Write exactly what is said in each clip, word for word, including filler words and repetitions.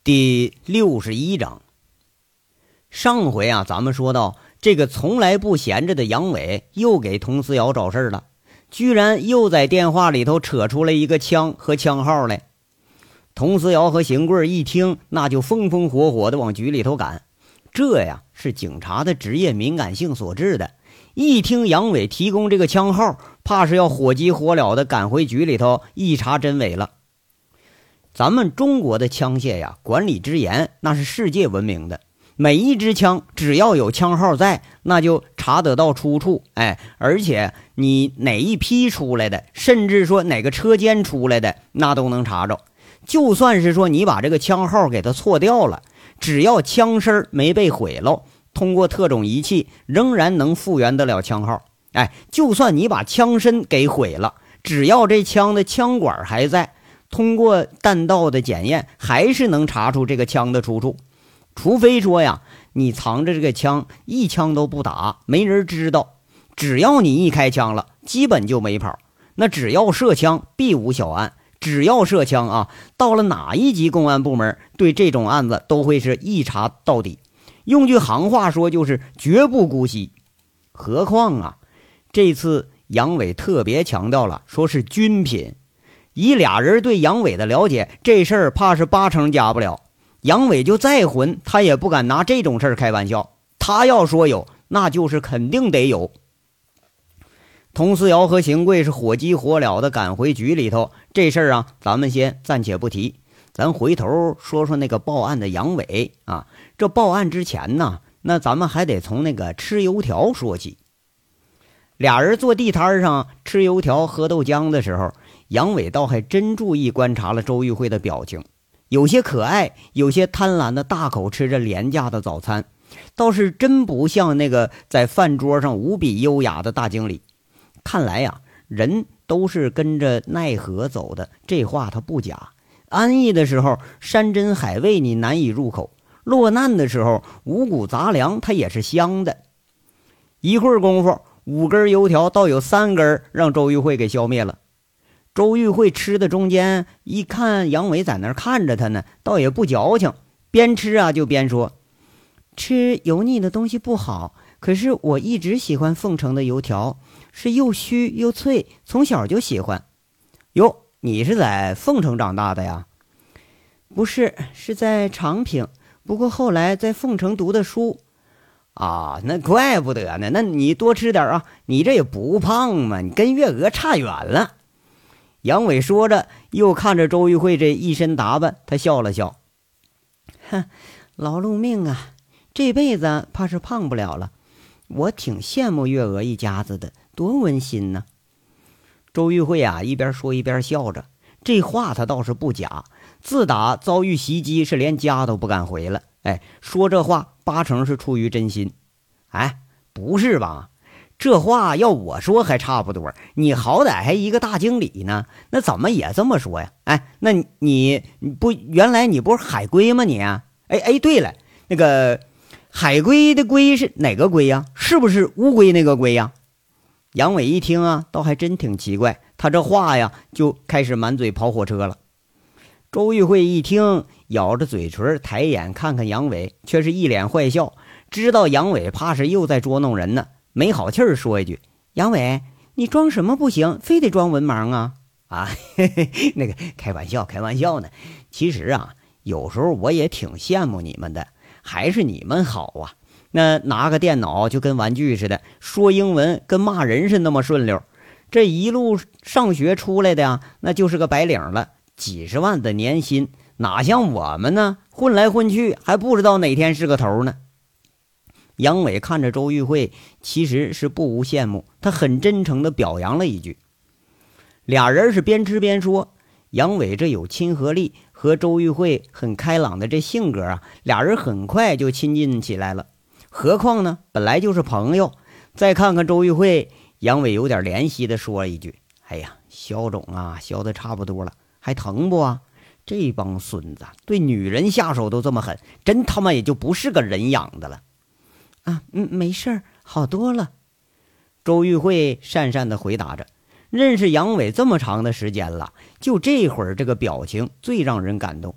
第六十一章。上回啊，咱们说到这个从来不闲着的杨伟又给佟思瑶找事了，居然又在电话里头扯出来一个枪和枪号来。佟思瑶和邢贵一听，那就风风火火的往局里头赶。这呀是警察的职业敏感性所致的，一听杨伟提供这个枪号，怕是要火急火燎的赶回局里头一查真伪了。咱们中国的枪械呀，管理之严，那是世界闻名的。每一支枪只要有枪号在，那就查得到出处。哎，而且你哪一批出来的，甚至说哪个车间出来的，那都能查着。就算是说你把这个枪号给它错掉了，只要枪身没被毁了，通过特种仪器仍然能复原得了枪号。哎，就算你把枪身给毁了，只要这枪的枪管还在，通过弹道的检验，还是能查出这个枪的出处。除非说呀，你藏着这个枪，一枪都不打，没人知道。只要你一开枪了，基本就没跑。那只要射枪，必无小案。只要射枪啊，到了哪一级公安部门，对这种案子都会是一查到底。用句行话说，就是绝不姑息。何况啊，这次杨伟特别强调了，说是军品。以俩人对杨伟的了解，这事儿怕是八成假不了。杨伟就再混，他也不敢拿这种事儿开玩笑。他要说有，那就是肯定得有。佟思瑶和邢贵是火急火燎的赶回局里头，这事儿啊，咱们先暂且不提。咱回头说说那个报案的杨伟啊。这报案之前呢，那咱们还得从那个吃油条说起。俩人坐地摊上吃油条喝豆浆的时候，杨伟倒还真注意观察了周玉慧的表情，有些可爱，有些贪婪的大口吃着廉价的早餐，倒是真不像那个在饭桌上无比优雅的大经理。看来呀，人都是跟着奈何走的，这话他不假。安逸的时候，山珍海味你难以入口；落难的时候，五谷杂粮它也是香的。一会儿功夫，五根油条倒有三根让周玉慧给消灭了。周玉慧吃的中间，一看杨伟在那儿看着他呢，倒也不矫情，边吃啊就边说：吃油腻的东西不好，可是我一直喜欢凤城的油条，是又虚又脆，从小就喜欢。哟，你是在凤城长大的呀？不是，是在长平，不过后来在凤城读的书。啊，那怪不得呢，那你多吃点啊，你这也不胖嘛，你跟月娥差远了。杨伟说着，又看着周玉慧这一身打扮，他笑了笑。哼，劳碌命啊，这辈子怕是胖不了了。我挺羡慕月娥一家子的，多温馨呢。周玉慧啊，一边说一边笑着，这话他倒是不假。自打遭遇袭击，是连家都不敢回了。哎，说这话八成是出于真心。哎，不是吧？这话要我说还差不多，你好歹还一个大经理呢，那怎么也这么说呀？哎，那你你不原来你不是海龟吗你？哎哎，对了，那个海龟的龟是哪个龟呀？是不是乌龟那个龟呀？杨伟一听啊，倒还真挺奇怪，他这话呀就开始满嘴跑火车了。周玉慧一听，咬着嘴唇，抬眼看看杨伟，却是一脸坏笑，知道杨伟怕是又在捉弄人呢，没好气儿说一句：杨伟，你装什么不行，非得装文盲啊？啊，嘿嘿，那个开玩笑开玩笑呢。其实啊，有时候我也挺羡慕你们的，还是你们好啊。那拿个电脑就跟玩具似的，说英文跟骂人是那么顺溜。这一路上学出来的呀，那就是个白领了，几十万的年薪，哪像我们呢？混来混去还不知道哪天是个头呢。杨伟看着周玉慧，其实是不无羡慕，他很真诚地表扬了一句。俩人是边吃边说，杨伟这有亲和力和周玉慧很开朗的这性格啊，俩人很快就亲近起来了。何况呢，本来就是朋友。再看看周玉慧，杨伟有点怜惜地说了一句：哎呀，消肿啊，消得差不多了，还疼不啊？这帮孙子对女人下手都这么狠，真他妈也就不是个人养的了。啊，嗯，没事儿，好多了。周玉慧讪讪地回答着。认识杨伟这么长的时间了，就这会儿这个表情最让人感动。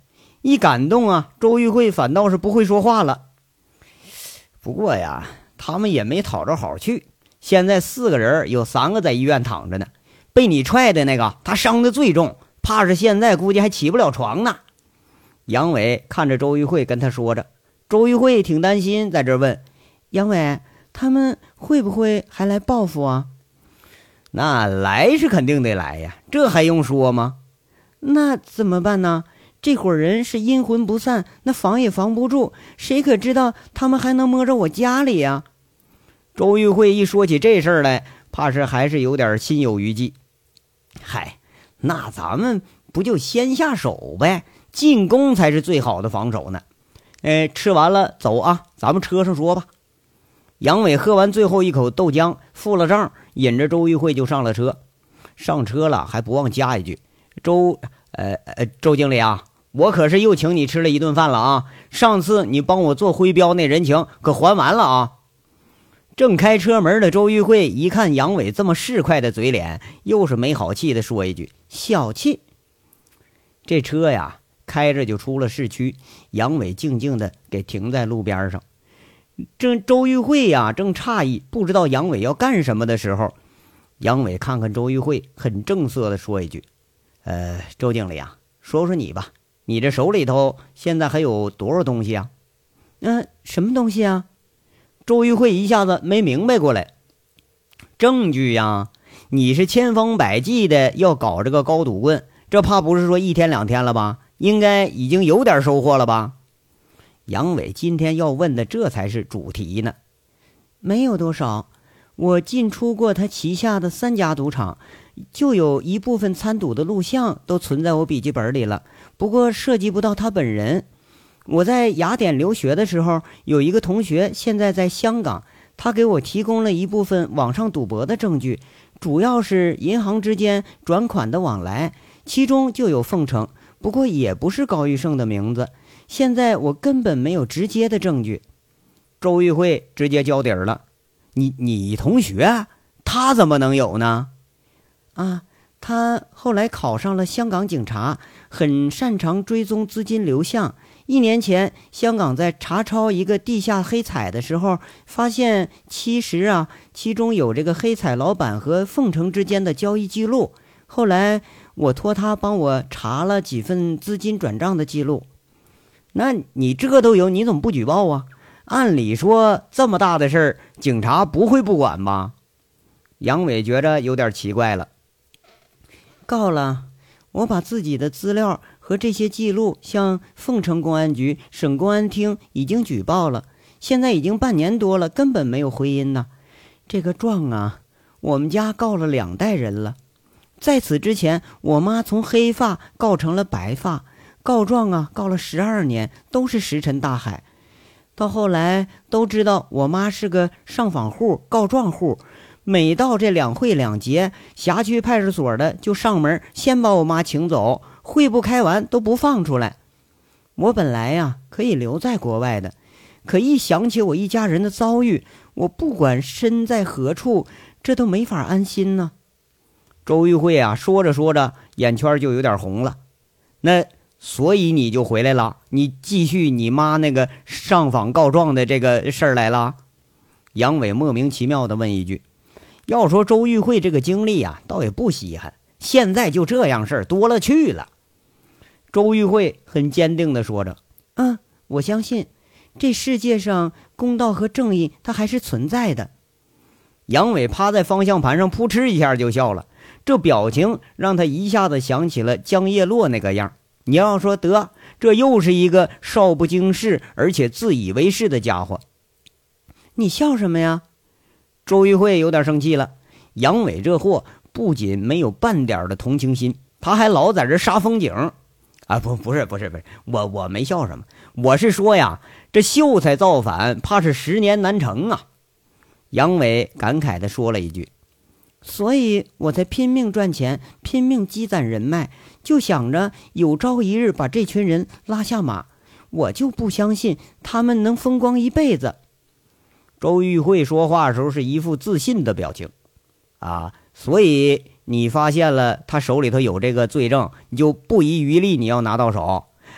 一感动啊，周玉慧反倒是不会说话了。不过呀，他们也没讨着好去，现在四个人有三个在医院躺着呢，被你踹的那个他伤得最重，怕是现在估计还起不了床呢。杨伟看着周玉慧跟他说着，周玉慧挺担心，在这问杨伟，他们会不会还来报复啊？那来是肯定得来呀，这还用说吗？那怎么办呢？这伙人是阴魂不散，那防也防不住，谁可知道他们还能摸着我家里呀？周玉慧一说起这事儿来，怕是还是有点心有余悸。嗨，那咱们不就先下手呗，进攻才是最好的防守呢。哎，吃完了走啊，咱们车上说吧。杨伟喝完最后一口豆浆，付了账，引着周玉慧就上了车。上车了还不忘加一句：周呃呃周经理啊，我可是又请你吃了一顿饭了啊，上次你帮我做徽标那人情可还完了啊。正开车门的周玉慧一看杨伟这么市侩的嘴脸，又是没好气的说一句：小气。这车呀开着就出了市区，杨伟静静的给停在路边上。正周玉慧呀正诧异不知道杨伟要干什么的时候，杨伟看看周玉慧，很正色的说一句：呃周经理啊，说说你吧，你这手里头现在还有多少东西啊？嗯、呃，什么东西啊？周玉慧一下子没明白过来。证据呀，你是千方百计的要搞这个高赌棍，这怕不是说一天两天了吧？应该已经有点收获了吧？杨伟今天要问的这才是主题呢。没有多少，我进出过他旗下的三家赌场，就有一部分参赌的录像都存在我笔记本里了，不过涉及不到他本人。我在雅典留学的时候，有一个同学现在在香港，他给我提供了一部分网上赌博的证据，主要是银行之间转款的往来，其中就有凤城，不过也不是高玉胜的名字。现在我根本没有直接的证据。周玉慧直接交底儿了：你你同学他怎么能有呢？啊，他后来考上了香港警察，很擅长追踪资金流向。一年前香港在查抄一个地下黑彩的时候，发现其实啊其中有这个黑彩老板和凤城之间的交易记录，后来我托他帮我查了几份资金转账的记录。那你这都有，你怎么不举报啊？按理说这么大的事儿，警察不会不管吧？杨伟觉着有点奇怪了。告了，我把自己的资料和这些记录向凤城公安局、省公安厅已经举报了，现在已经半年多了，根本没有回音呢。这个状啊，我们家告了两代人了。在此之前，我妈从黑发告成了白发，告状啊告了十二年，都是石沉大海。到后来都知道我妈是个上访户、告状户，每到这两会两节，辖区派出所的就上门先把我妈请走，会不开完都不放出来。我本来呀可以留在国外的，可一想起我一家人的遭遇，我不管身在何处，这都没法安心呢。周玉慧啊说着说着眼圈就有点红了。那所以你就回来了，你继续你妈那个上访告状的这个事儿来了？杨伟莫名其妙地问一句。要说周玉慧这个经历啊倒也不稀罕，现在就这样事儿多了去了。周玉慧很坚定地说着：嗯，我相信这世界上公道和正义它还是存在的。杨伟趴在方向盘上扑哧一下就笑了，这表情让他一下子想起了江叶落那个样。你要说得，这又是一个少不经事而且自以为是的家伙。你笑什么呀？周玉慧有点生气了。杨伟这货不仅没有半点的同情心，他还老在这杀风景啊！不，不是，不是，不是，我我没笑什么，我是说呀，这秀才造反，怕是十年难成啊！杨伟感慨地说了一句。所以我才拼命赚钱，拼命积攒人脉，就想着有朝一日把这群人拉下马。我就不相信他们能风光一辈子。周玉慧说话的时候是一副自信的表情啊，所以你发现了他手里头有这个罪证，你就不遗余力你要拿到手。哎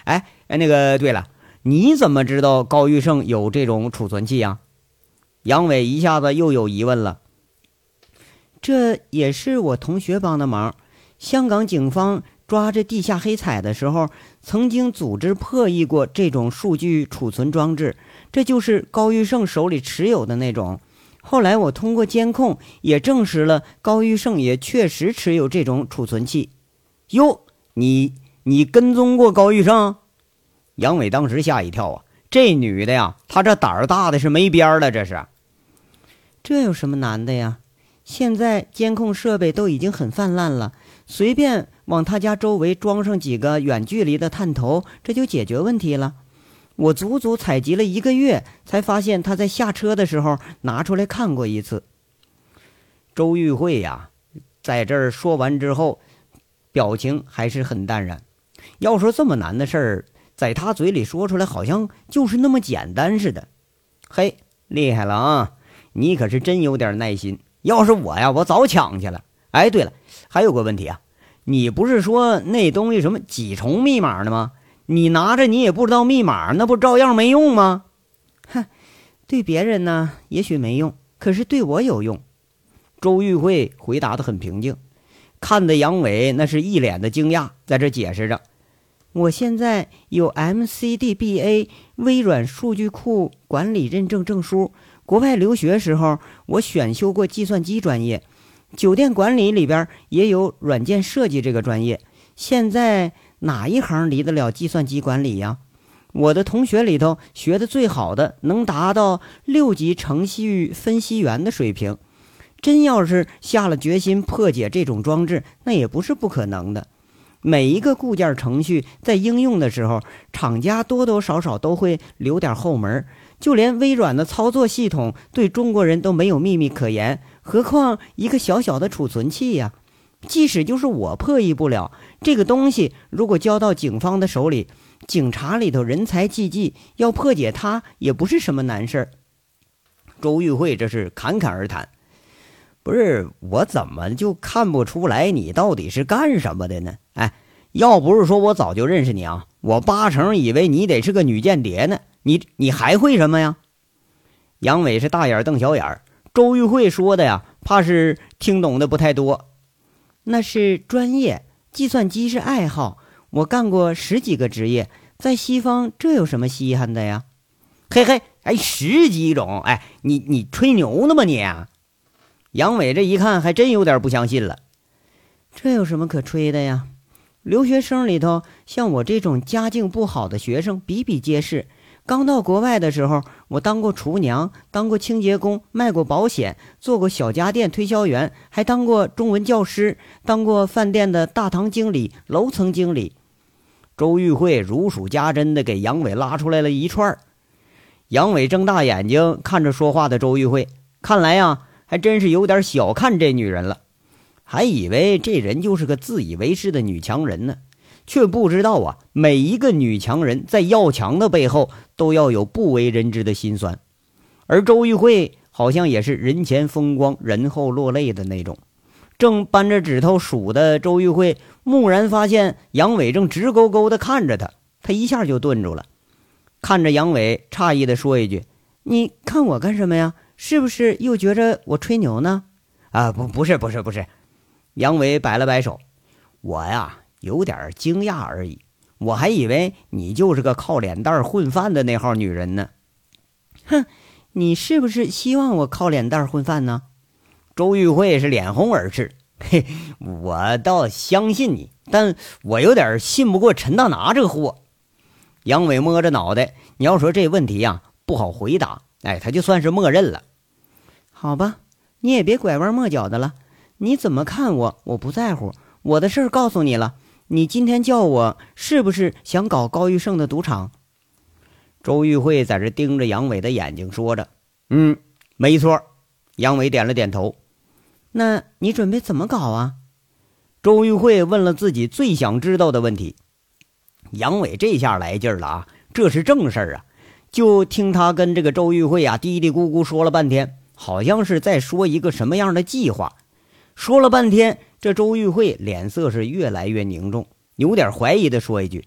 哎，那个对了，你怎么知道高玉胜有这种储存器啊？杨伟一下子又有疑问了。 这也是我同学帮的忙。香港警方抓着地下黑彩的时候，曾经组织破译过这种数据储存装置，这就是高玉胜手里持有的那种。后来我通过监控也证实了，高玉胜也确实持有这种储存器。 哟，你你跟踪过高玉胜？杨伟当时吓一跳啊！这女的呀，她这胆儿大的是没边了，这是。 这有什么难的呀？现在监控设备都已经很泛滥了，随便往他家周围装上几个远距离的探头，这就解决问题了。我足足采集了一个月，才发现他在下车的时候拿出来看过一次。 周玉慧呀，在这儿说完之后，表情还是很淡然。要说这么难的事儿，在他嘴里说出来，好像就是那么简单似的。嘿，厉害了啊！你可是真有点耐心。要是我呀，我早抢去了。哎，对了，还有个问题啊，你不是说那东西什么几重密码呢吗？你拿着你也不知道密码，那不照样没用吗？ 哼，对别人呢也许没用，可是对我有用。 周玉慧回答得很平静，看得杨伟那是一脸的惊讶，在这解释着： 我现在有 M C D B A 微软数据库管理认证证书，国外留学时候我选修过计算机专业，酒店管理里边也有软件设计这个专业。现在哪一行离得了计算机管理呀？我的同学里头学的最好的能达到六级程序分析员的水平，真要是下了决心破解这种装置，那也不是不可能的。每一个固件程序在应用的时候，厂家多多少少都会留点后门，就连微软的操作系统对中国人都没有秘密可言，何况一个小小的储存器呀？即使就是我破译不了这个东西，如果交到警方的手里，警察里头人才济济，要破解它也不是什么难事儿。 周玉慧这是侃侃而谈。不是，我怎么就看不出来你到底是干什么的呢？哎，要不是说我早就认识你啊，我八成以为你得是个女间谍呢。你你还会什么呀？杨伟是大眼瞪小眼，周玉慧说的呀，怕是听懂的不太多。 那是专业，计算机是爱好，我干过十几个职业，在西方这有什么稀罕的呀？ 嘿嘿，哎，十几种，哎，你你吹牛呢吗你啊？杨伟这一看还真有点不相信了。 这有什么可吹的呀？留学生里头像我这种家境不好的学生比比皆是。刚到国外的时候，我当过厨娘，当过清洁工，卖过保险，做过小家电推销员，还当过中文教师，当过饭店的大堂经理、楼层经理。 周玉慧如数家珍的给杨伟拉出来了一串。杨伟睁大眼睛看着说话的周玉慧，看来呀，还真是有点小看这女人了，还以为这人就是个自以为是的女强人呢，却不知道啊，每一个女强人在要强的背后都要有不为人知的辛酸。而周玉慧好像也是人前风光人后落泪的那种。正扳着指头数的周玉慧蓦然发现杨伟正直勾勾地看着他，他一下就顿住了，看着杨伟诧异地说一句： 你看我干什么呀？是不是又觉着我吹牛呢？ 啊，不不是不是不是。杨伟摆了摆手，我呀有点惊讶而已，我还以为你就是个靠脸蛋混饭的那号女人呢。 哼，你是不是希望我靠脸蛋混饭呢？ 周玉慧是脸红耳赤，嘿，我倒相信你，但我有点信不过陈大拿这个货。杨伟摸着脑袋，你要说这问题呀不好回答，哎，他就算是默认了。 好吧，你也别拐弯抹角的了，你怎么看我我不在乎，我的事儿告诉你了，你今天叫我是不是想搞高玉胜的赌场？ 周玉慧在这盯着杨伟的眼睛说着。嗯，没错。杨伟点了点头。 那你准备怎么搞啊？ 周玉慧问了自己最想知道的问题。杨伟这下来劲儿了啊，这是正事儿啊。就听他跟这个周玉慧啊嘀嘀咕咕说了半天，好像是在说一个什么样的计划。说了半天，这周玉慧脸色是越来越凝重，有点怀疑的说一句：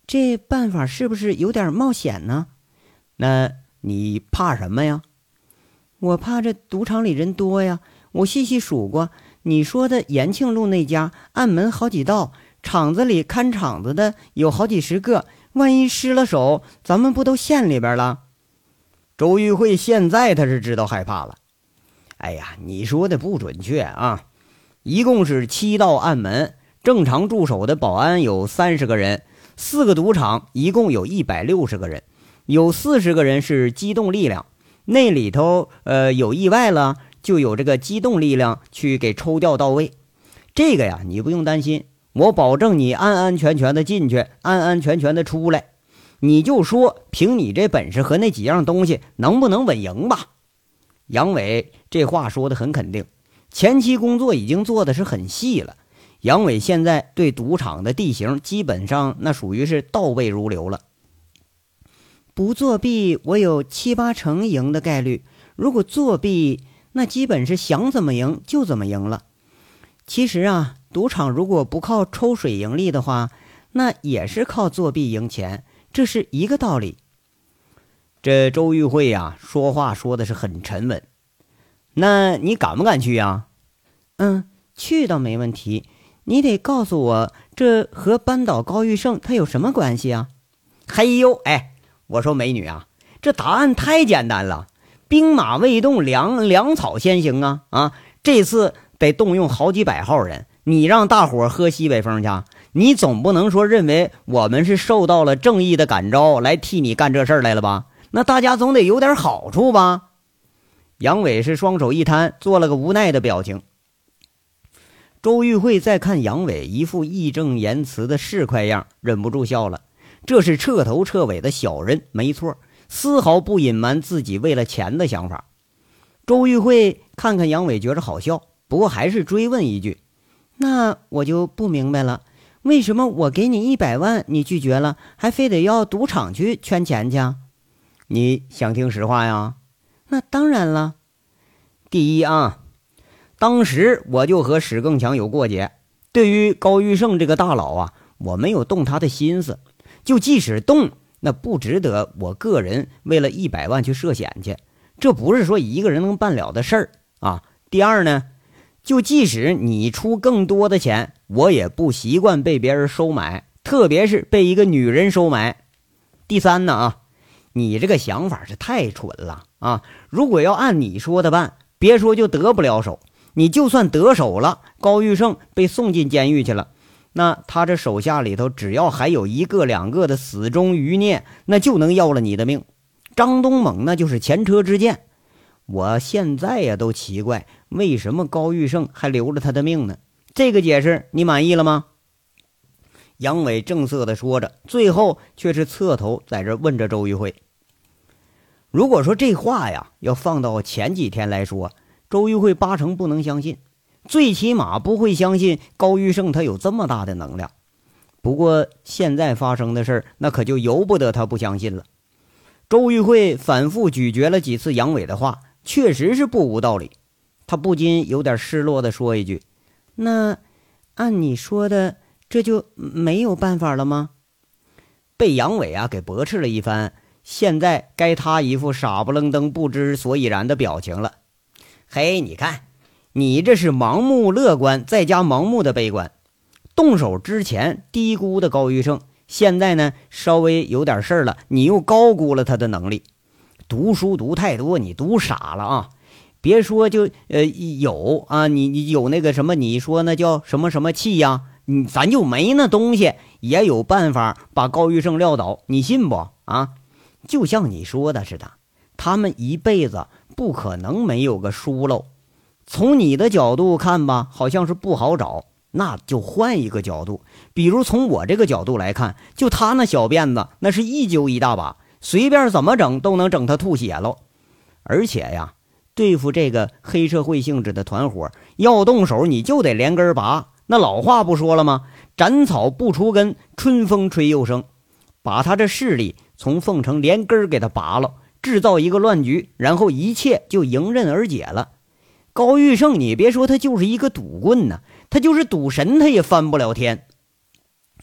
这办法是不是有点冒险呢？ 那你怕什么呀？ 我怕这赌场里人多呀，我细细数过，你说的延庆路那家暗门好几道，场子里看场子的有好几十个，万一失了手，咱们不都陷里边了？ 周玉慧现在他是知道害怕了。哎呀，你说的不准确啊！一共是七道暗门，正常驻守的保安有三十个人，四个赌场一共有一百六十个人，有四十个人是机动力量，那里头呃有意外了，就有这个机动力量去给抽调到位。这个呀，你不用担心，我保证你安安全全的进去，安安全全的出来。你就说凭你这本事和那几样东西能不能稳赢吧。杨伟这话说得很肯定，前期工作已经做的是很细了。杨伟现在对赌场的地形基本上那属于是倒背如流了。 不作弊我有七八成赢的概率，如果作弊那基本是想怎么赢就怎么赢了。其实啊，赌场如果不靠抽水盈利的话，那也是靠作弊赢钱，这是一个道理。 这周玉慧呀、啊，说话说的是很沉稳。那你敢不敢去呀？ 嗯，去倒没问题，你得告诉我这和扳倒高玉胜他有什么关系啊？ 嘿呦，哎，我说美女啊，这答案太简单了，兵马未动，粮粮草先行啊！啊，这次得动用好几百号人，你让大伙喝西北风去，你总不能说认为我们是受到了正义的感召来替你干这事儿来了吧？那大家总得有点好处吧？杨伟是双手一摊，做了个无奈的表情。周玉慧再看杨伟一副义正言辞的市侩样，忍不住笑了。这是彻头彻尾的小人，没错，丝毫不隐瞒自己为了钱的想法。周玉慧看看杨伟觉着好笑，不过还是追问一句： 那我就不明白了，为什么我给你一百万你拒绝了，还非得要赌场去圈钱去？ 你想听实话呀？ 那当然了。 第一啊，当时我就和史更强有过节，对于高玉胜这个大佬啊，我没有动他的心思，就即使动，那不值得我个人为了一百万去涉险去，这不是说一个人能办了的事儿啊。第二呢，就即使你出更多的钱，我也不习惯被别人收买，特别是被一个女人收买。第三呢啊，你这个想法是太蠢了啊！如果要按你说的办，别说就得不了手，你就算得手了，高玉胜被送进监狱去了，那他这手下里头只要还有一个两个的死忠余孽，那就能要了你的命。张东猛那就是前车之鉴。我现在呀都奇怪，为什么高玉胜还留着他的命呢？这个解释你满意了吗？杨伟正色地说着，最后却是侧头在这问着周玉慧。如果说这话呀要放到前几天来说，周玉慧八成不能相信，最起码不会相信高玉胜他有这么大的能量。不过现在发生的事儿，那可就由不得他不相信了。周玉慧反复咀嚼了几次杨伟的话，确实是不无道理。他不禁有点失落地说一句： 那按你说的，这就没有办法了吗？ 被杨伟啊给驳斥了一番，现在该他一副傻不愣登不知所以然的表情了。嘿，你看，你这是盲目乐观再加盲目的悲观。动手之前低估的高玉胜，现在呢稍微有点事儿了，你又高估了他的能力。读书读太多，你读傻了啊！别说就呃有啊，你你有那个什么，你说那叫什么什么气呀？你咱就没那东西，也有办法把高玉胜撂倒，你信不啊？就像你说的似的，他们一辈子不可能没有个疏漏。从你的角度看吧，好像是不好找，那就换一个角度，比如从我这个角度来看，就他那小辫子，那是一揪一大把，随便怎么整都能整他吐血喽。而且呀，对付这个黑社会性质的团伙，要动手你就得连根拔。那老话不说了吗？斩草不除根，春风吹又生。把他这势力从凤城连根给他拔了，制造一个乱局，然后一切就迎刃而解了。高玉胜，你别说他就是一个赌棍呢，他就是赌神他也翻不了天。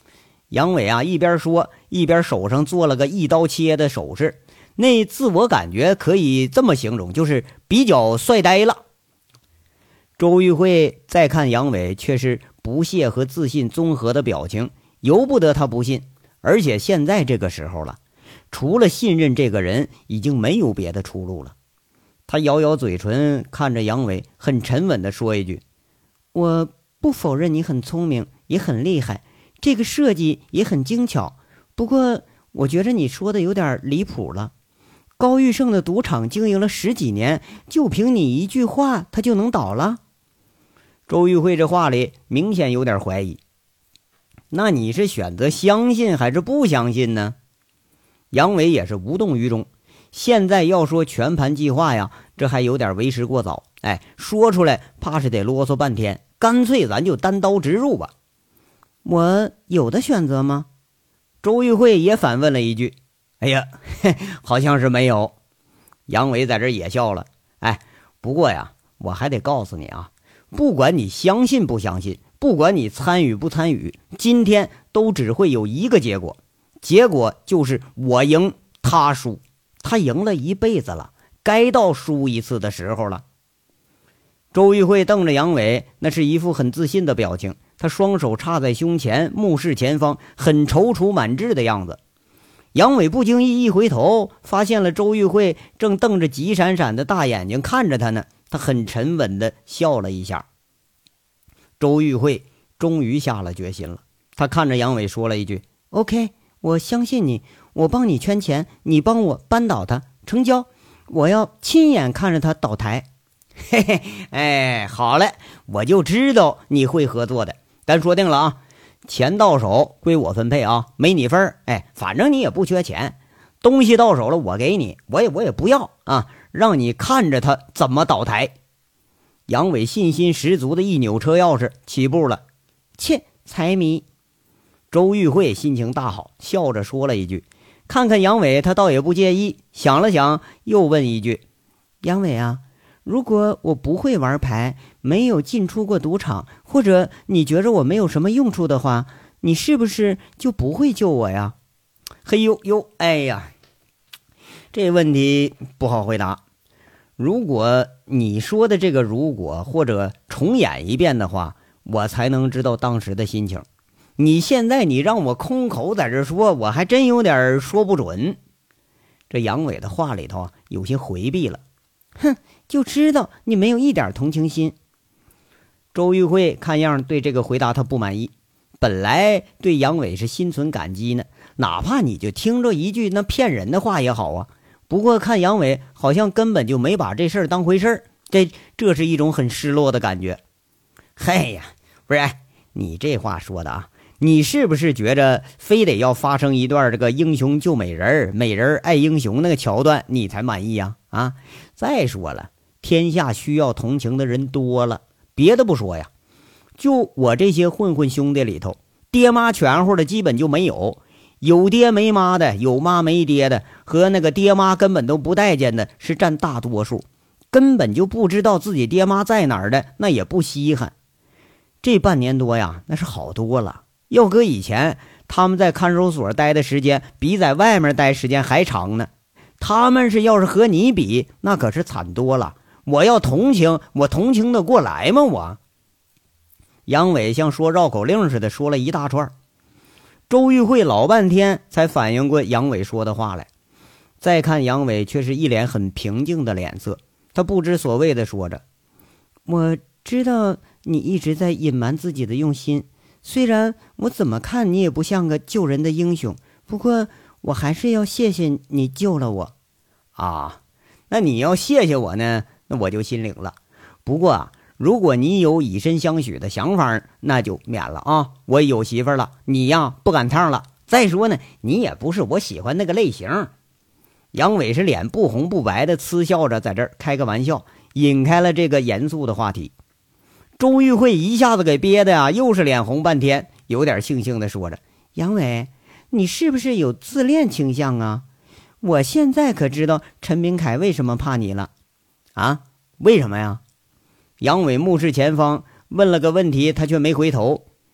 杨伟啊，一边说一边手上做了个一刀切的手势，那自我感觉可以这么形容，就是比较帅呆了。周玉慧再看杨伟，却是不屑和自信综合的表情，由不得他不信。而且现在这个时候了，除了信任这个人，已经没有别的出路了。他咬咬嘴唇，看着杨伟，很沉稳地说一句： 我不否认你很聪明，也很厉害，这个设计也很精巧，不过我觉着你说的有点离谱了。高玉胜的赌场经营了十几年，就凭你一句话他就能倒了？ 周玉慧这话里明显有点怀疑。那你是选择相信还是不相信呢？杨伟也是无动于衷。现在要说全盘计划呀，这还有点为时过早。哎，说出来怕是得啰嗦半天，干脆咱就单刀直入吧。 我有的选择吗？ 周玉慧也反问了一句。哎呀，嘿，好像是没有。杨伟在这也笑了。哎，不过呀，我还得告诉你啊，不管你相信不相信，不管你参与不参与，今天都只会有一个结果，结果就是我赢他输。他赢了一辈子了，该到输一次的时候了。周玉慧瞪着杨伟，那是一副很自信的表情，他双手插在胸前，目视前方，很踌躇满志的样子。杨伟不经意一回头，发现了周玉慧正瞪着急闪闪的大眼睛看着他呢，他很沉稳的笑了一下。周玉慧终于下了决心了，他看着杨伟说了一句 OK， 我相信你，我帮你圈钱，你帮我扳倒他，成交，我要亲眼看着他倒台。 嘿嘿，哎，好嘞，我就知道你会合作的，咱说定了啊，钱到手归我分配啊，没你份儿。哎，反正你也不缺钱，东西到手了我给你，我也我也不要啊，让你看着他怎么倒台。杨伟信心十足的一扭车钥匙起步了。 切，财迷。 周玉慧心情大好，笑着说了一句。看看杨伟，他倒也不介意，想了想又问一句： 杨伟啊，如果我不会玩牌，没有进出过赌场，或者你觉着我没有什么用处的话，你是不是就不会救我呀？ 嘿呦呦，哎呀，这问题不好回答。如果你说的这个如果或者重演一遍的话，我才能知道当时的心情。你现在你让我空口在这说，我还真有点说不准。这杨伟的话里头啊，有些回避了。 哼，就知道你没有一点同情心。 周玉慧看样对这个回答他不满意，本来对杨伟是心存感激呢，哪怕你就听着一句那骗人的话也好啊。不过看杨伟好像根本就没把这事儿当回事儿，这这是一种很失落的感觉。嘿呀，不是，你这话说的啊，你是不是觉着非得要发生一段这个英雄救美人，美人爱英雄那个桥段你才满意呀？啊，再说了，天下需要同情的人多了，别的不说呀，就我这些混混兄弟里头，爹妈全乎的基本就没有，有爹没妈的，有妈没爹的，和那个爹妈根本都不待见的是占大多数，根本就不知道自己爹妈在哪儿的那也不稀罕。这半年多呀，那是好多了，要搁以前他们在看守所待的时间比在外面待时间还长呢。他们是要是和你比，那可是惨多了。我要同情，我同情得过来吗？我杨伟像说绕口令似的说了一大串。周玉慧老半天才反应过杨伟说的话来，再看杨伟却是一脸很平静的脸色，他不知所谓的说着： 我知道你一直在隐瞒自己的用心，虽然我怎么看你也不像个救人的英雄，不过我还是要谢谢你救了我。 啊，那你要谢谢我呢，那我就心领了。不过啊，如果你有以身相许的想法，那就免了啊。我有媳妇了，你呀不赶趟了。再说呢，你也不是我喜欢那个类型。杨伟是脸不红不白的嗤笑着，在这儿开个玩笑，引开了这个严肃的话题。周玉慧一下子给憋的呀，又是脸红半天，有点悻悻的说着： 杨伟，你是不是有自恋倾向啊？我现在可知道陈明凯为什么怕你了。 啊？为什么呀？杨伟目视前方，问了个问题，他却没回头。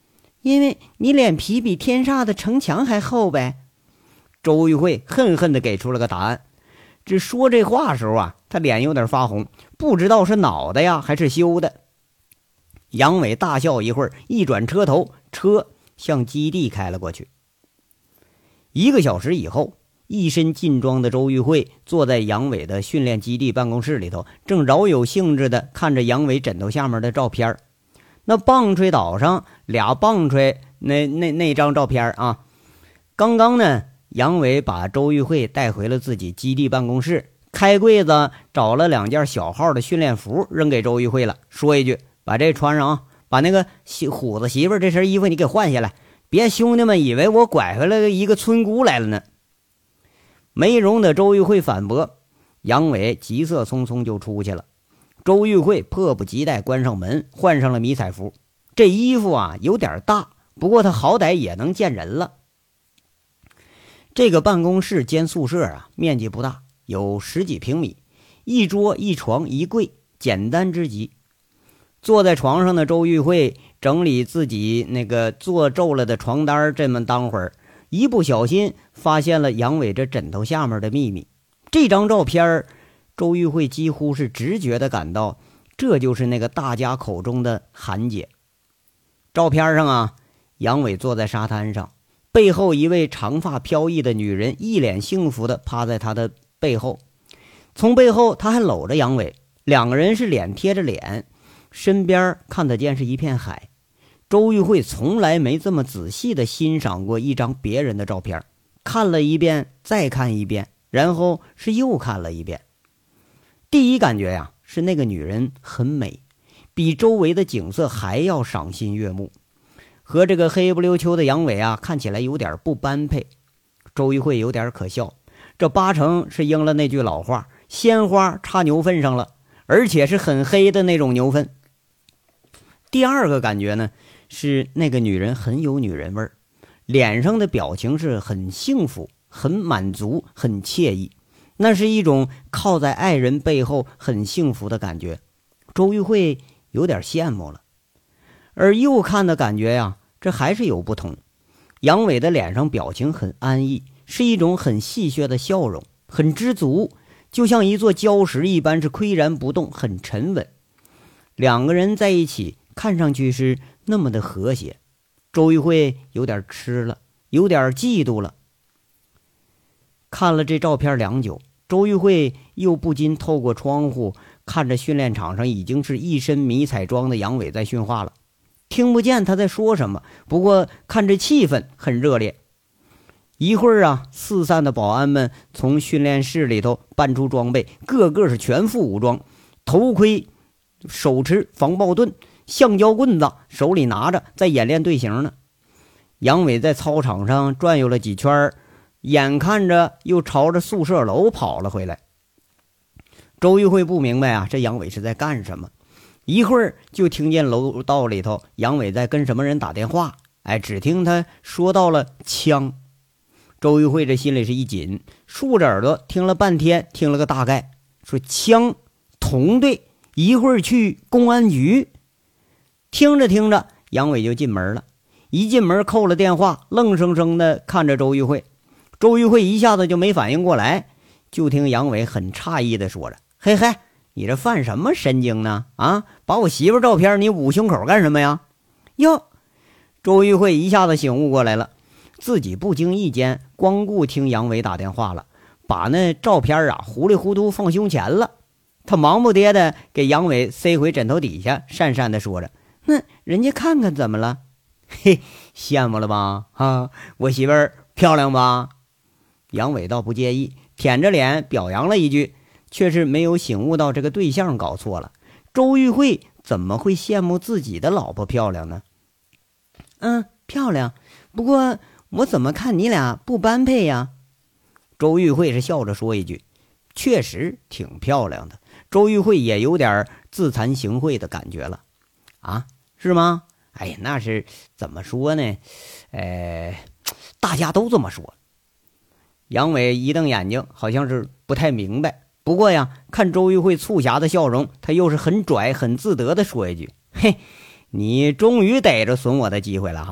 因为你脸皮比天煞的城墙还厚呗。 周玉慧恨恨地给出了个答案。只说这话时候啊，他脸有点发红，不知道是脑袋呀还是羞的。杨伟大笑一会儿，一转车头，车向基地开了过去。一个小时以后，一身劲装的周玉慧坐在杨伟的训练基地办公室里头，正饶有兴致地看着杨伟枕头下面的照片。那棒槌岛上俩棒槌那那那张照片啊，刚刚呢杨伟把周玉慧带回了自己基地办公室，开柜子找了两件小号的训练服扔给周玉慧了，说一句：把这穿上啊，把那个虎子媳妇这身衣服你给换下来，别兄弟们以为我拐回来一个村姑来了呢。没容的周玉慧反驳，杨伟急色匆匆就出去了。周玉慧迫不及待关上门，换上了迷彩服。这衣服啊有点大，不过他好歹也能见人了。这个办公室兼宿舍啊，面积不大，有十几平米，一桌一床一柜，简单之极。坐在床上的周玉慧整理自己那个做皱了的床单，这么当会儿，一不小心发现了杨伟这枕头下面的秘密。这张照片，周玉慧几乎是直觉地感到，这就是那个大家口中的韩姐。照片上啊，杨伟坐在沙滩上，背后一位长发飘逸的女人一脸幸福地趴在他的背后，从背后他还搂着杨伟，两个人是脸贴着脸，身边看得见是一片海。周玉慧从来没这么仔细地欣赏过一张别人的照片，看了一遍再看一遍，然后是又看了一遍。第一感觉呀，是那个女人很美，比周围的景色还要赏心悦目，和这个黑不溜秋的杨伟啊看起来有点不般配。周玉慧有点可笑，这八成是应了那句老话，鲜花插牛粪上了，而且是很黑的那种牛粪。第二个感觉呢，是那个女人很有女人味儿，脸上的表情是很幸福，很满足，很惬意，那是一种靠在爱人背后很幸福的感觉。周玉慧有点羡慕了。而右看的感觉呀，这还是有不同。杨伟的脸上表情很安逸，是一种很戏谑的笑容，很知足，就像一座礁石一般，是岿然不动，很沉稳。两个人在一起看上去是那么的和谐。周玉慧有点吃了，有点嫉妒了。看了这照片良久，周玉慧又不禁透过窗户看着训练场上已经是一身迷彩装的杨伟在训话了。听不见他在说什么，不过看着气氛很热烈。一会儿啊，四散的保安们从训练室里头搬出装备，个个是全副武装，头盔、手持防爆盾、橡胶棍子手里拿着，在演练队形呢。杨伟在操场上转悠了几圈，眼看着又朝着宿舍楼跑了回来。周玉慧不明白啊，这杨伟是在干什么。一会儿就听见楼道里头杨伟在跟什么人打电话，哎，只听他说到了枪。周玉慧这心里是一紧，竖着耳朵听了半天，听了个大概，说枪同队一会儿去公安局。听着听着，杨伟就进门了，一进门扣了电话，愣生生的看着周玉慧。周玉慧一下子就没反应过来，就听杨伟很诧异的说着：嘿嘿，你这犯什么神经呢？啊，把我媳妇照片你捂胸口干什么呀？哟，周玉慧一下子醒悟过来了，自己不经意间光顾听杨伟打电话了，把那照片啊糊里糊涂放胸前了。他忙不迭的给杨伟塞回枕头底下，讪讪的说着：那人家看看怎么了？嘿，羡慕了吧？哈，我媳妇儿漂亮吧？杨伟倒不介意，舔着脸表扬了一句，却是没有醒悟到这个对象搞错了。周玉慧怎么会羡慕自己的老婆漂亮呢？嗯，漂亮，不过我怎么看你俩不般配呀？周玉慧是笑着说一句，确实挺漂亮的。周玉慧也有点自惭形秽的感觉了。啊，是吗？哎呀，那是怎么说呢？呃，大家都这么说。杨伟一瞪眼睛，好像是不太明白。不过呀，看周玉慧促狭的笑容，他又是很拽很自得的说一句：嘿，你终于逮着损我的机会了哈！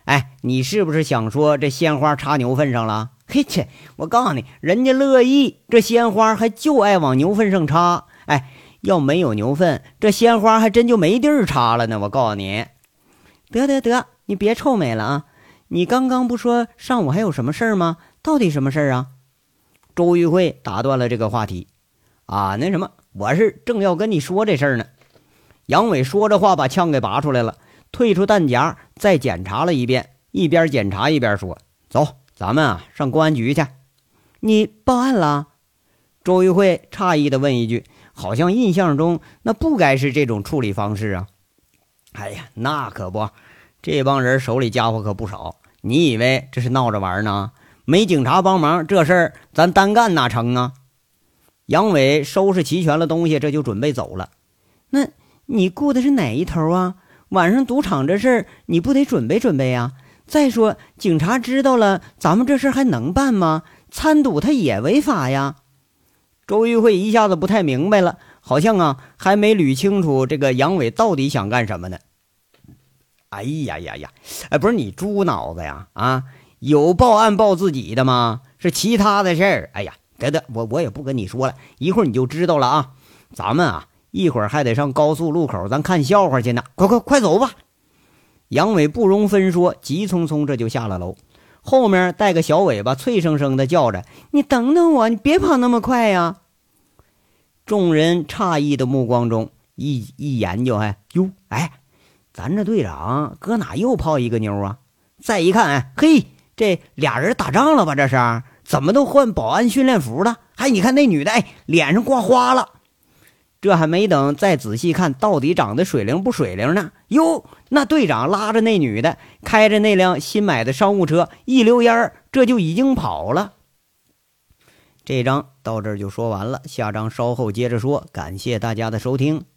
哎，你是不是想说这鲜花插牛粪上了？嘿切，我告诉你，人家乐意，这鲜花还就爱往牛粪上插。哎，要没有牛粪，这鲜花还真就没地儿插了呢。我告诉你， 得得得，你别臭美了啊！你刚刚不说上午还有什么事儿吗？到底什么事儿啊？ 周玉慧打断了这个话题。啊，那什么，我是正要跟你说这事儿呢。杨伟说着话，把枪给拔出来了，退出弹夹，再检查了一遍，一边检查一边说：“走，咱们啊上公安局去。” 你报案了？ 周玉慧诧异地问一句，好像印象中那不该是这种处理方式啊。哎呀，那可不，这帮人手里家伙可不少，你以为这是闹着玩呢？没警察帮忙，这事儿咱单干哪成啊？杨伟收拾齐全了东西，这就准备走了。 那你顾的是哪一头啊？晚上赌场这事儿，你不得准备准备啊？再说警察知道了，咱们这事儿还能办吗？参赌他也违法呀。 周玉慧一下子不太明白了，好像啊还没捋清楚这个杨伟到底想干什么呢。哎呀呀呀，哎，不是你猪脑子呀？啊，有报案报自己的吗？是其他的事儿。哎呀，得得，我我也不跟你说了，一会儿你就知道了啊。咱们啊一会儿还得上高速路口，咱看笑话去呢。快快快走吧！杨伟不容分说，急匆匆这就下了楼，后面带个小尾巴，脆生生的叫着：“ 你等等我，你别跑那么快呀！” 众人诧异的目光中，一一研究，哎哟，哎，咱这队长搁哪又泡一个妞啊？再一看，哎嘿，这俩人打仗了吧？这是怎么都换保安训练服了？哎，你看那女的，哎，脸上挂花了。这还没等再仔细看，到底长得水灵不水灵呢？哟，那队长拉着那女的，开着那辆新买的商务车，一溜烟儿，这就已经跑了。这章到这儿就说完了，下章稍后接着说。感谢大家的收听。